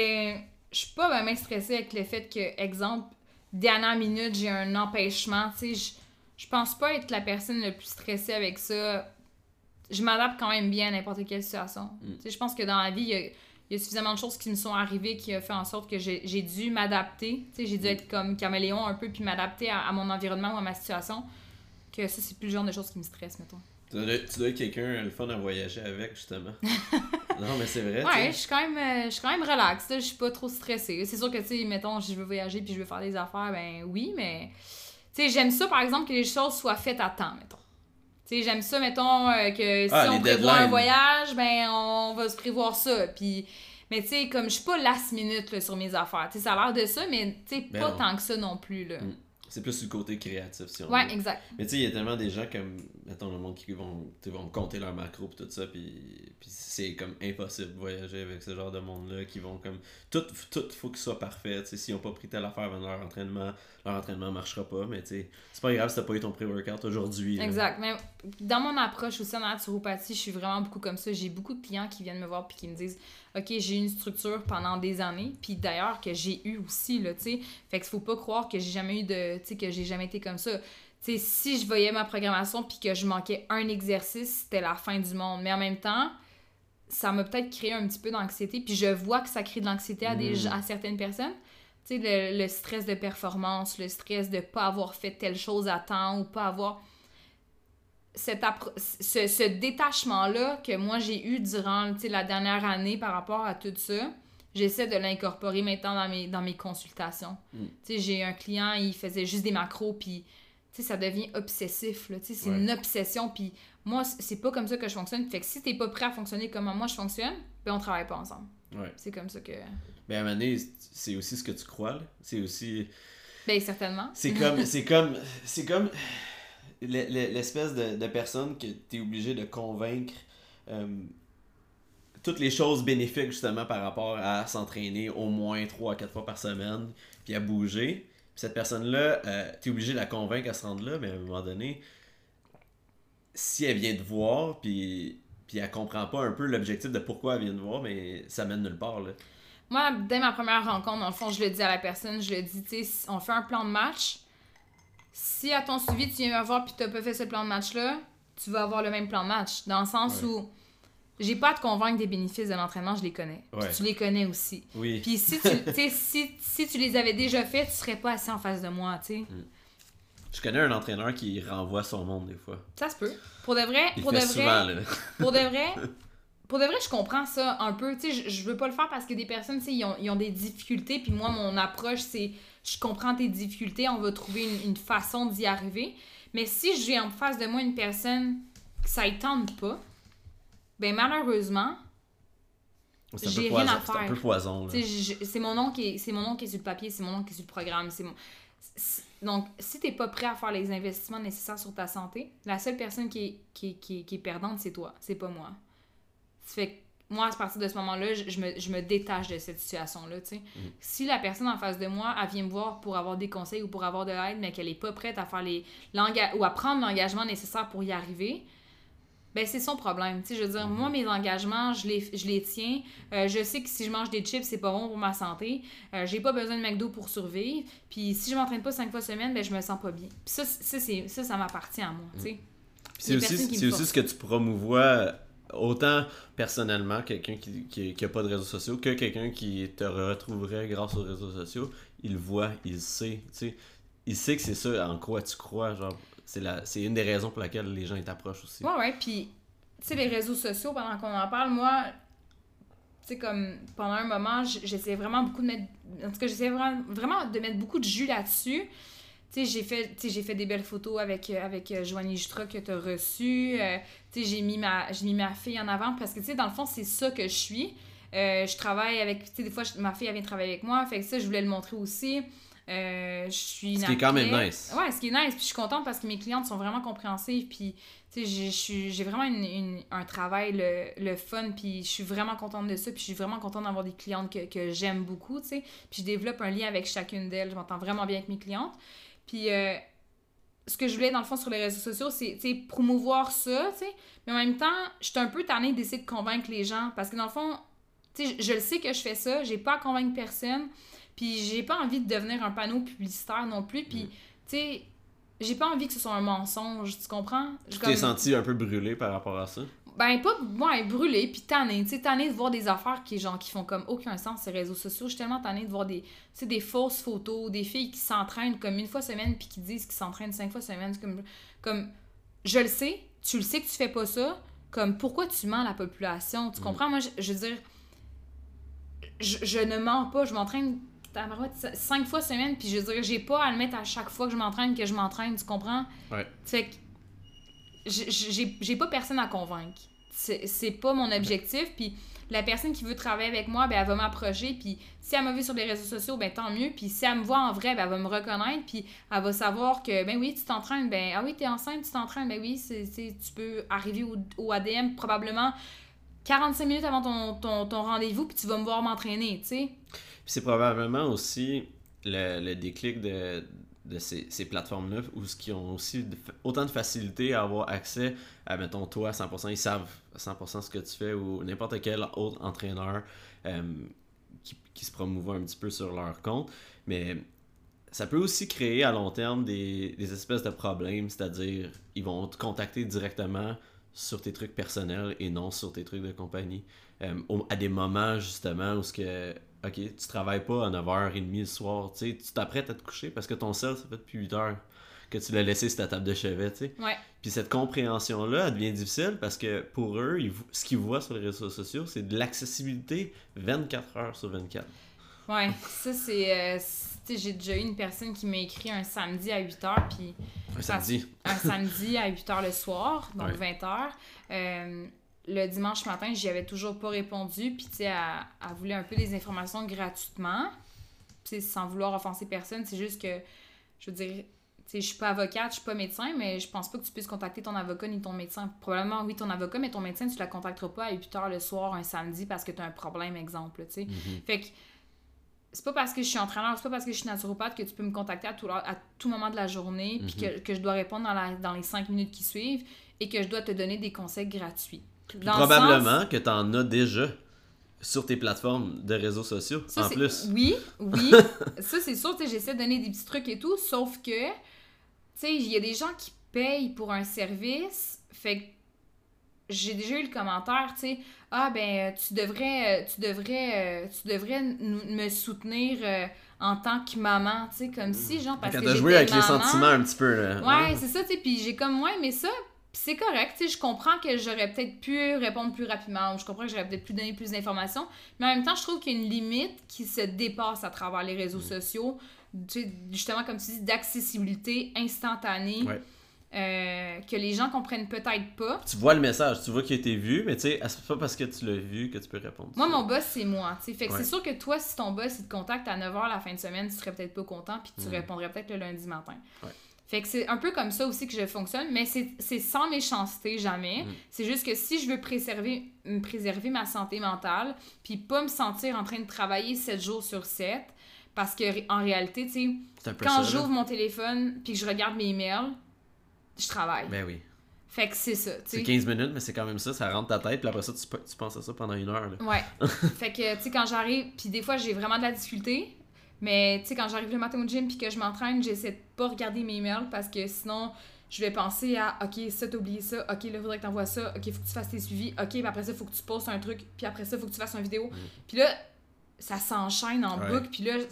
Speaker 3: je suis pas vraiment stressée avec le fait que, exemple, dernière minute, j'ai un empêchement, tu sais, je pense pas être la personne la plus stressée avec ça. Je m'adapte quand même bien à n'importe quelle situation. Tu sais, je pense que dans la vie, il y a suffisamment de choses qui me sont arrivées qui a fait en sorte que j'ai dû m'adapter, tu sais, j'ai dû être comme caméléon un peu, puis m'adapter à mon environnement ou à ma situation, que ça, c'est plus le genre de choses qui me stressent, mettons.
Speaker 2: Tu dois être quelqu'un le fun à voyager avec, justement. Non, mais c'est vrai.
Speaker 3: Ouais, je suis quand même relax. Je suis pas trop stressée. C'est sûr que, tu sais, mettons, je veux voyager puis je veux faire des affaires, ben oui, mais... Tu sais, j'aime ça, par exemple, que les choses soient faites à temps, mettons. Tu sais, j'aime ça, mettons, que si on prévoit un voyage, ben on va se prévoir ça. Puis... Mais tu sais, comme je suis pas last minute là, sur mes affaires. Tu sais, ça a l'air de ça, mais tu sais, pas tant que ça non plus, là.
Speaker 2: C'est plus le côté créatif, si on veut.
Speaker 3: Ouais, exact.
Speaker 2: Mais tu sais, il y a tellement des gens comme, mettons, le monde qui vont compter leur macro et tout ça, puis c'est comme impossible de voyager avec ce genre de monde-là, qui vont comme... Tout faut qu'il soit parfait, tu sais, s'ils n'ont pas pris telle affaire avant leur entraînement marchera pas, mais tu sais, c'est pas grave si t'as pas eu ton pré-workout aujourd'hui.
Speaker 3: Exact, mais dans mon approche aussi en naturopathie, je suis vraiment beaucoup comme ça. J'ai beaucoup de clients qui viennent me voir puis qui me disent « Ok, j'ai eu une structure pendant des années, puis d'ailleurs que j'ai eu aussi, là, tu sais. Fait qu'il faut pas croire que j'ai jamais eu de... Tu sais, que j'ai jamais été comme ça. Tu sais, si je voyais ma programmation puis que je manquais un exercice, c'était la fin du monde. Mais en même temps, ça m'a peut-être créé un petit peu d'anxiété, puis je vois que ça crée de l'anxiété à certaines personnes. Tu sais, le stress de performance, le stress de pas avoir fait telle chose à temps ou pas avoir... Ce détachement-là que moi j'ai eu durant la dernière année par rapport à tout ça, j'essaie de l'incorporer maintenant dans mes consultations. Tu sais, j'ai un client, il faisait juste des macros, puis ça devient obsessif, là, c'est une obsession, puis moi, c'est pas comme ça que je fonctionne. Fait que si t'es pas prêt à fonctionner comme moi je fonctionne, ben on travaille pas ensemble.
Speaker 2: Ouais.
Speaker 3: C'est comme ça que...
Speaker 2: Ben à un moment donné, c'est aussi ce que tu crois, là. C'est aussi...
Speaker 3: Ben certainement.
Speaker 2: C'est comme l'espèce de personne que t'es obligé de convaincre toutes les choses bénéfiques justement par rapport à s'entraîner au moins 3 à 4 fois par semaine, puis à bouger. Puis cette personne-là, t'es obligé de la convaincre à se rendre là, mais à un moment donné, si elle vient te voir, puis elle comprend pas un peu l'objectif de pourquoi elle vient te voir, mais ça mène nulle part, là.
Speaker 3: Moi, dès ma première rencontre, dans le fond, je le dis à la personne, je le dis, tu sais, on fait un plan de match. Si à ton suivi, tu viens me voir puis t'as pas fait ce plan de match-là, tu vas avoir le même plan de match. Dans le sens où j'ai pas à te convaincre des bénéfices de l'entraînement, je les connais.
Speaker 2: Ouais.
Speaker 3: Tu les connais aussi.
Speaker 2: Oui.
Speaker 3: Puis si tu les avais déjà fait, tu serais pas assis en face de moi, tu sais.
Speaker 2: Je connais un entraîneur qui renvoie son monde des fois.
Speaker 3: Ça se peut. Pour de vrai,
Speaker 2: Il fait souvent, là.
Speaker 3: pour de vrai, je comprends ça un peu. Tu sais, je veux pas le faire parce que des personnes, tu sais, ils ont des difficultés. Puis moi, mon approche, c'est je comprends tes difficultés, on va trouver une façon d'y arriver. Mais si j'ai en face de moi une personne que ça ne tente pas, ben malheureusement, j'ai rien à faire.
Speaker 2: C'est un peu poison.
Speaker 3: C'est mon nom qui est sur le papier, c'est mon nom qui est sur le programme. Donc, si t'es pas prêt à faire les investissements nécessaires sur ta santé, la seule personne qui est perdante, c'est toi, c'est pas moi. Ça fait que moi, à partir de ce moment-là, je me détache de cette situation-là, tu sais. Si la personne en face de moi, elle vient me voir pour avoir des conseils ou pour avoir de l'aide, mais qu'elle est pas prête à faire ou à prendre l'engagement nécessaire pour y arriver, ben c'est son problème. Tu sais, je veux dire, moi, mes engagements, je les tiens. Je sais que si je mange des chips, c'est pas bon pour ma santé. J'ai pas besoin de McDo pour survivre. Puis si je m'entraîne pas 5 fois semaine, ben je me sens pas bien. Puis ça m'appartient à moi, tu sais.
Speaker 2: C'est aussi ce que tu promouvois autant personnellement, quelqu'un qui a pas de réseaux sociaux, que quelqu'un qui te retrouverait grâce aux réseaux sociaux. Il le voit, il sait, tu sais. Il sait que c'est ça en quoi tu crois, genre. C'est une des raisons pour laquelle les gens t'approchent aussi.
Speaker 3: Ouais, puis, tu sais, les réseaux sociaux, pendant qu'on en parle, moi, tu sais, comme, pendant un moment, j'essayais vraiment beaucoup de mettre... En tout cas, j'essayais vraiment de mettre beaucoup de jus là-dessus. Tu sais, j'ai fait des belles photos avec Joanie Jutra que t'as reçues. Tu sais, j'ai mis ma fille en avant parce que, tu sais, dans le fond, c'est ça que je suis. Je travaille avec... Tu sais, des fois, ma fille, elle vient travailler avec moi. Fait que ça, je voulais le montrer aussi. Je suis
Speaker 2: ce qui est quand même nice.
Speaker 3: Ouais, ce qui est nice. Puis je suis contente parce que mes clientes sont vraiment compréhensives. Puis, tu sais, j'ai vraiment un travail, le fun. Puis je suis vraiment contente de ça. Puis je suis vraiment contente d'avoir des clientes que j'aime beaucoup, tu sais. Puis je développe un lien avec chacune d'elles. Je m'entends vraiment bien avec mes clientes. Puis ce que je voulais, dans le fond, sur les réseaux sociaux, c'est, tu sais, promouvoir ça, tu sais. Mais en même temps, je suis un peu tannée d'essayer de convaincre les gens. Parce que dans le fond, tu sais, je le sais que je fais ça. J'ai pas à convaincre personne. Puis j'ai pas envie de devenir un panneau publicitaire non plus. Puis, tu sais, j'ai pas envie que ce soit un mensonge, tu comprends?
Speaker 2: Tu t'es senti un peu brûlé par rapport à ça?
Speaker 3: Ben, pas, ouais, brûlé, puis tannée. Tu sais, tannée de voir des affaires qui font comme aucun sens, ces réseaux sociaux. Je suis tellement tannée de voir des fausses photos, des filles qui s'entraînent comme 1 fois semaine, puis qui disent qu'ils s'entraînent 5 fois semaine. Comme, je le sais, tu le sais que tu fais pas ça. Comme, pourquoi tu mens à la population? Tu comprends? Moi, je veux dire, je ne mens pas, je m'entraîne 5 fois semaine, puis je veux dire, j'ai pas à le mettre à chaque fois que je m'entraîne, tu comprends?
Speaker 2: Ouais.
Speaker 3: Fait que j'ai pas personne à convaincre. C'est pas mon objectif, puis la personne qui veut travailler avec moi, ben elle va m'approcher, puis si elle m'a vu sur les réseaux sociaux, ben tant mieux, puis si elle me voit en vrai, ben elle va me reconnaître, puis elle va savoir que, ben oui, tu t'entraînes, ben ah oui, t'es enceinte, tu t'entraînes, ben oui, tu peux arriver au ADM probablement 45 minutes avant ton rendez-vous, puis tu vas me voir m'entraîner, tu sais.
Speaker 2: Puis c'est probablement aussi le déclic de ces plateformes-là où qui ont aussi autant de facilité à avoir accès à, mettons, toi, 100%, ils savent 100% ce que tu fais, ou n'importe quel autre entraîneur qui se promouvoit un petit peu sur leur compte. Mais ça peut aussi créer à long terme des espèces de problèmes, c'est-à-dire ils vont te contacter directement sur tes trucs personnels et non sur tes trucs de compagnie. À des moments, justement, où OK, tu travailles pas à 9h30 le soir, tu sais, tu t'apprêtes à te coucher parce que ton cell, ça fait depuis 8h que tu l'as laissé sur ta table de chevet, tu sais.
Speaker 3: Ouais.
Speaker 2: Puis cette compréhension-là, elle devient difficile parce que pour eux, ce qu'ils voient sur les réseaux sociaux, c'est de l'accessibilité 24h sur 24.
Speaker 3: Ouais, ça c'est... tu sais, j'ai déjà eu une personne qui m'a écrit un samedi à 8h, puis...
Speaker 2: Un samedi
Speaker 3: à 8h le soir, donc ouais. 20h. Le dimanche matin, j'y avais toujours pas répondu, puis tu sais, elle voulait un peu des informations gratuitement, tu sais, sans vouloir offenser personne, c'est juste que, je veux dire, tu sais, je suis pas avocate, je suis pas médecin, mais je pense pas que tu puisses contacter ton avocat ni ton médecin. Probablement, oui, ton avocat, mais ton médecin, tu la contacteras pas à 8h le soir, un samedi, parce que tu as un problème, exemple, tu sais. Mm-hmm. Fait que, c'est pas parce que je suis entraîneur, c'est pas parce que je suis naturopathe que tu peux me contacter à tout moment de la journée, puis que je dois répondre dans les 5 minutes qui suivent, et que je dois te donner des conseils gratuits.
Speaker 2: Probablement que tu en as déjà sur tes plateformes de réseaux sociaux, ça, en plus.
Speaker 3: Oui. Ça, c'est sûr, tu sais, j'essaie de donner des petits trucs et tout, sauf que, tu sais, il y a des gens qui payent pour un service, Fait que j'ai déjà eu le commentaire, tu sais, ah ben tu devrais me soutenir en tant que maman, tu sais, comme si, genre, parce
Speaker 2: Quand
Speaker 3: que
Speaker 2: t'as
Speaker 3: j'étais
Speaker 2: joué avec les
Speaker 3: maman.
Speaker 2: sentiments un petit peu, là.
Speaker 3: Ouais, c'est ça, tu sais, puis j'ai comme, ouais, mais ça, pis c'est correct, tu sais, je comprends que j'aurais peut-être pu répondre plus rapidement, ou je comprends que j'aurais peut-être pu donner plus d'informations, mais en même temps, je trouve qu'il y a une limite qui se dépasse à travers les réseaux sociaux, tu sais, justement, comme tu dis, d'accessibilité instantanée.
Speaker 2: Ouais.
Speaker 3: Que les gens comprennent peut-être pas.
Speaker 2: Tu vois le message, tu vois qu'il a été vu, mais tu sais, c'est pas parce que tu l'as vu que tu peux répondre.
Speaker 3: Moi, mon boss, c'est moi. T'sais. Fait que
Speaker 2: Ouais.
Speaker 3: c'est sûr que toi, si ton boss il te contacte à 9h la fin de semaine, tu serais peut-être pas content, puis tu répondrais peut-être le lundi matin.
Speaker 2: Ouais.
Speaker 3: Fait que c'est un peu comme ça aussi que je fonctionne, mais c'est sans méchanceté, jamais. C'est juste que si je veux préserver ma santé mentale, puis pas me sentir en train de travailler 7 jours sur 7, parce que en réalité, tu sais, quand j'ouvre mon téléphone, puis que je regarde mes emails, je travaille.
Speaker 2: Ben oui.
Speaker 3: Fait que c'est ça, tu sais.
Speaker 2: C'est 15 minutes, mais c'est quand même ça rentre ta tête, puis après ça, tu penses à ça pendant 1 heure. Là.
Speaker 3: Ouais. Fait que, tu sais, quand j'arrive, puis des fois, j'ai vraiment de la difficulté, mais tu sais, quand j'arrive le matin au gym puis que je m'entraîne, j'essaie de pas regarder mes mails parce que sinon, je vais penser à, OK, ça, t'as oublié ça, OK, là, il faudrait que t'envoies ça, OK, faut que tu fasses tes suivis, OK, puis après ça, faut que tu postes un truc, puis après ça, faut que tu fasses une vidéo. Puis là, ça s'enchaîne en boucle, puis là,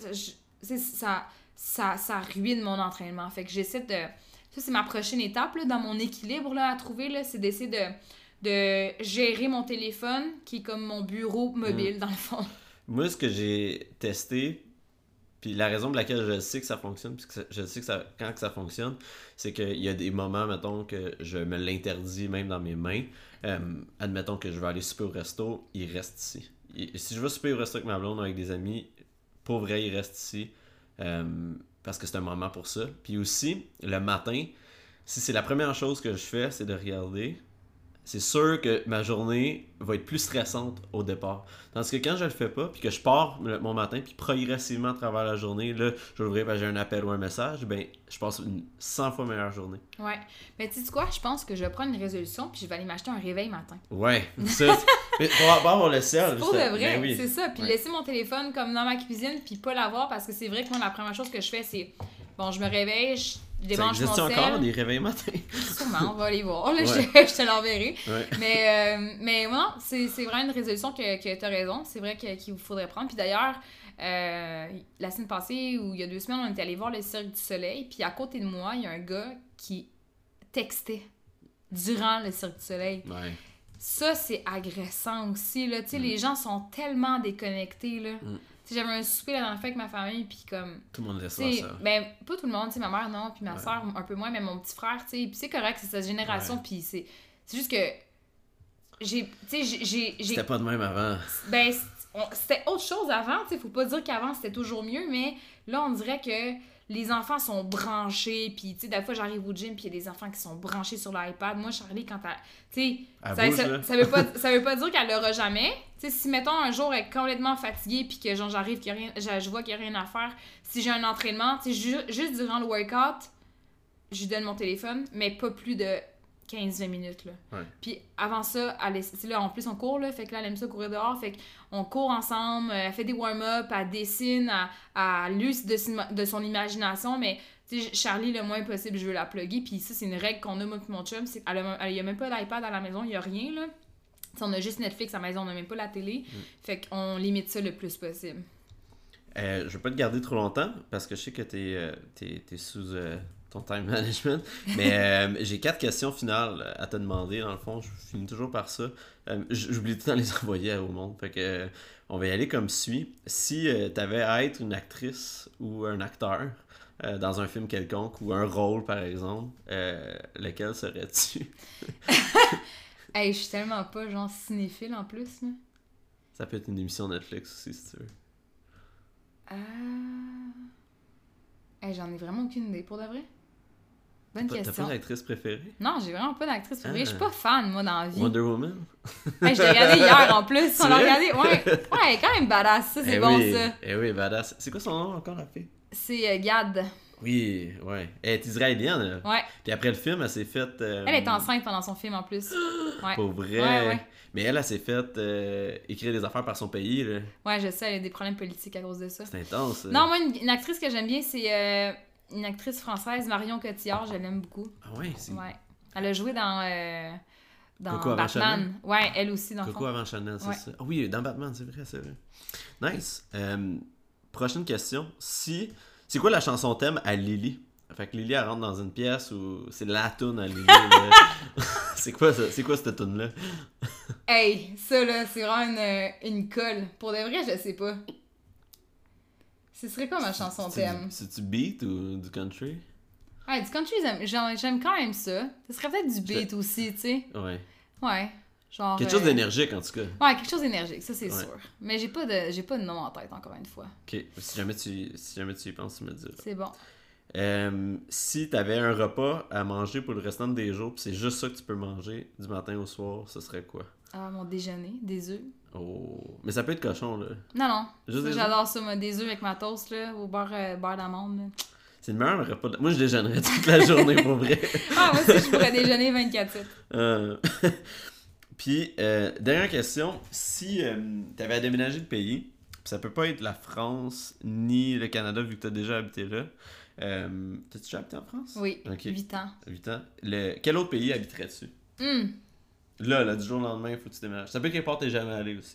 Speaker 3: ça ruine mon entraînement. Fait que j'essaie de... Ça, c'est ma prochaine étape là, dans mon équilibre là, à trouver, là, c'est d'essayer de gérer mon téléphone, qui est comme mon bureau mobile, dans le fond.
Speaker 2: Moi, ce que j'ai testé, puis la raison pour laquelle je sais que ça fonctionne, puis que je sais que quand que ça fonctionne, c'est qu'il y a des moments, mettons, que je me l'interdis même dans mes mains. Admettons que je vais aller souper au resto, il reste ici. Si je veux souper au resto avec ma blonde ou avec des amis, pour vrai, il reste ici. Parce que c'est un moment pour ça. Puis aussi, le matin, si c'est la première chose que je fais, c'est de regarder, c'est sûr que ma journée va être plus stressante au départ. Tandis que quand je le fais pas, puis que je pars mon matin, puis progressivement à travers la journée, là, je vais ouvrir parce que j'ai un appel ou un message, ben je passe une 100 fois meilleure journée.
Speaker 3: Ouais. Mais tu sais quoi, je pense que je vais prendre une résolution, puis je vais aller m'acheter un réveil matin.
Speaker 2: Ouais, ça. Mais pour avoir le ciel.
Speaker 3: Pour de vrai,
Speaker 2: ben oui.
Speaker 3: c'est ça. Puis laisser mon téléphone comme dans ma cuisine, puis pas l'avoir, parce que c'est vrai que moi, la première chose que je fais, c'est, bon, je me réveille, je débranche mon
Speaker 2: Ça existe
Speaker 3: sel.
Speaker 2: encore des réveils matins?
Speaker 3: Sûrement, on va aller voir. Là,
Speaker 2: Ouais.
Speaker 3: je te l'enverrai.
Speaker 2: Ouais.
Speaker 3: Mais non, c'est vraiment une résolution que tu as raison. C'est vrai qu'il vous faudrait prendre. Puis d'ailleurs, la semaine passée, ou il y a 2 semaines, on était allé voir le Cirque du Soleil. Puis à côté de moi, il y a un gars qui textait durant le Cirque du Soleil.
Speaker 2: Ouais.
Speaker 3: Ça, c'est agressant aussi. Là. Tu sais, les gens sont tellement déconnectés. Là. Tu sais, j'avais un souper la dernière fois avec ma famille, puis comme...
Speaker 2: Tout le monde laisse
Speaker 3: T'sais,
Speaker 2: ça.
Speaker 3: ben, pas tout le monde, tu sais, ma mère non, puis ma soeur un peu moins, mais mon petit frère, tu sais, puis c'est correct, c'est sa génération,
Speaker 2: Ouais.
Speaker 3: puis c'est juste que j'ai
Speaker 2: C'était pas de même avant.
Speaker 3: ben c'était autre chose avant, tu sais, faut pas dire qu'avant c'était toujours mieux, mais là on dirait que les enfants sont branchés, puis tu sais, des fois j'arrive au gym, puis il y a des enfants qui sont branchés sur l'iPad. Moi, Charlie, quand tu sais, ça veut pas dire qu'elle l'aura jamais. Tu sais, si mettons un jour elle est complètement fatiguée, puis que genre j'arrive, je vois qu'il y a rien à faire, si j'ai un entraînement, tu sais, juste durant le workout, je lui donne mon téléphone, mais pas plus de 15-20 minutes, là.
Speaker 2: Ouais.
Speaker 3: Puis avant ça, là, en plus, on court, là, fait que là, elle aime ça courir dehors, fait qu'on court ensemble, elle fait des warm-up, elle dessine, elle use de son imagination, mais, tu sais, Charlie, le moins possible, je veux la plugger, puis ça, c'est une règle qu'on a, moi et mon chum, c'est qu'il y a même pas d'iPad à la maison, il y a rien, là. T'sais, on a juste Netflix à la maison, on n'a même pas la télé, fait qu'on limite ça le plus possible.
Speaker 2: Je vais pas te garder trop longtemps, parce que je sais que t'es sous... ton time management. Mais j'ai 4 questions finales à te demander, dans le fond. Je finis toujours par ça. J'oublie tout le temps de les envoyer au monde. Fait que on va y aller comme suit. Si t'avais à être une actrice ou un acteur dans un film quelconque ou un rôle, par exemple, lequel serais-tu?
Speaker 3: Hey, je suis tellement pas genre cinéphile en plus, là.
Speaker 2: Ça peut être une émission Netflix aussi, si tu veux.
Speaker 3: Hey, j'en ai vraiment aucune idée, pour de vrai. Bonne question.
Speaker 2: T'as pas d'actrice préférée?
Speaker 3: Non, j'ai vraiment pas d'actrice préférée. Je suis pas fan, moi, dans la vie.
Speaker 2: Wonder Woman?
Speaker 3: Hey, je l'ai regardé hier, en plus.
Speaker 2: C'est
Speaker 3: On l'a
Speaker 2: vrai?
Speaker 3: regardé. Ouais, quand même badass. Ça, c'est bon,
Speaker 2: oui,
Speaker 3: ça.
Speaker 2: Eh oui, badass. C'est quoi son nom encore, la fille?
Speaker 3: C'est Gad.
Speaker 2: Oui, ouais. Elle est israélienne, là.
Speaker 3: Ouais.
Speaker 2: Puis après le film, elle s'est faite...
Speaker 3: Elle est enceinte pendant son film, en plus. Ouais.
Speaker 2: Pour vrai.
Speaker 3: Ouais.
Speaker 2: Mais elle s'est faite écrire des affaires par son pays, là.
Speaker 3: Ouais, je sais, elle a des problèmes politiques à cause de ça.
Speaker 2: C'est intense.
Speaker 3: Non, moi, une actrice que j'aime bien, c'est une actrice française, Marion Cotillard. Je l'aime beaucoup.
Speaker 2: Ah ouais, c'est...
Speaker 3: Ouais. Elle a joué dans
Speaker 2: Coco avant
Speaker 3: Batman.
Speaker 2: Chanel.
Speaker 3: Ouais, elle aussi, dans le
Speaker 2: Coco
Speaker 3: fond.
Speaker 2: avant Chanel, c'est
Speaker 3: Ouais.
Speaker 2: ça. Ah oui, dans Batman, c'est vrai, c'est vrai. Nice. Prochaine question. C'est quoi la chanson thème à Lily? Fait que Lily, elle rentre dans une pièce où c'est la toune à Lily. Là. C'est quoi ça? C'est quoi cette toune-là?
Speaker 3: Hey, ça là, c'est vraiment une colle. Pour de vrai, je sais pas. Ce serait quoi ma chanson thème?
Speaker 2: C'est-tu beat ou du country?
Speaker 3: Ouais, du country, j'aime quand même ça. Ce serait peut-être du beat aussi, tu sais.
Speaker 2: Ouais.
Speaker 3: Ouais. Genre.
Speaker 2: Quelque chose d'énergique, en tout cas.
Speaker 3: Ouais, quelque chose d'énergique, ça c'est
Speaker 2: Ouais.
Speaker 3: sûr. Mais j'ai pas de nom en tête, encore une fois.
Speaker 2: Ok, si jamais tu y penses, tu me le diras.
Speaker 3: C'est bon.
Speaker 2: Si t'avais un repas à manger pour le restant des jours, pis c'est juste ça que tu peux manger du matin au soir, ce serait quoi?
Speaker 3: Ah, mon déjeuner, des œufs.
Speaker 2: Oh. Mais ça peut être cochon, là.
Speaker 3: Non.
Speaker 2: Juste des
Speaker 3: J'adore ça, moi, des œufs avec ma toast, là, au beurre d'amande. Là.
Speaker 2: C'est le meilleur repas. Moi, je déjeunerais toute la journée, pour vrai.
Speaker 3: Ah, moi aussi, je pourrais déjeuner 24/7.
Speaker 2: Puis, dernière question. Si t'avais à déménager de pays, pis ça peut pas être la France ni le Canada, vu que t'as déjà habité là. T'as-tu déjà habité en France?
Speaker 3: Oui,
Speaker 2: Ok.
Speaker 3: 8 ans.
Speaker 2: 8 ans. Quel autre pays habiterais-tu? Là, du jour au lendemain, il faut que tu déménages. Ça peut quelque part t'es jamais allé aussi.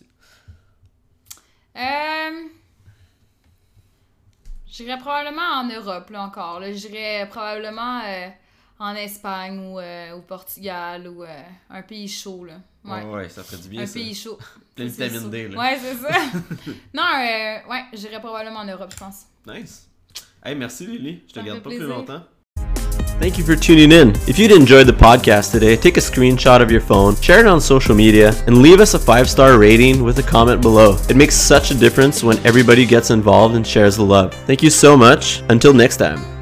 Speaker 3: J'irais probablement en Europe, là, encore. Là. J'irais probablement en Espagne ou au Portugal ou un pays chaud, là.
Speaker 2: Ouais, ça ferait du bien,
Speaker 3: un
Speaker 2: ça.
Speaker 3: pays chaud.
Speaker 2: Plein de
Speaker 3: C'est
Speaker 2: vitamine D, là.
Speaker 3: Ouais, c'est ça. Non, ouais, j'irais probablement en Europe, je pense.
Speaker 2: Nice. Hey, merci Lily. Je te
Speaker 3: Ça me
Speaker 2: garde
Speaker 3: fait
Speaker 2: pas plus
Speaker 3: plaisir.
Speaker 2: longtemps. Thank you for tuning in. If you'd enjoyed the podcast today, take a screenshot of your phone, share it on social media, and leave us a 5-star rating with a comment below. It makes such a difference when everybody gets involved and shares the love. Thank you so much. Until next time.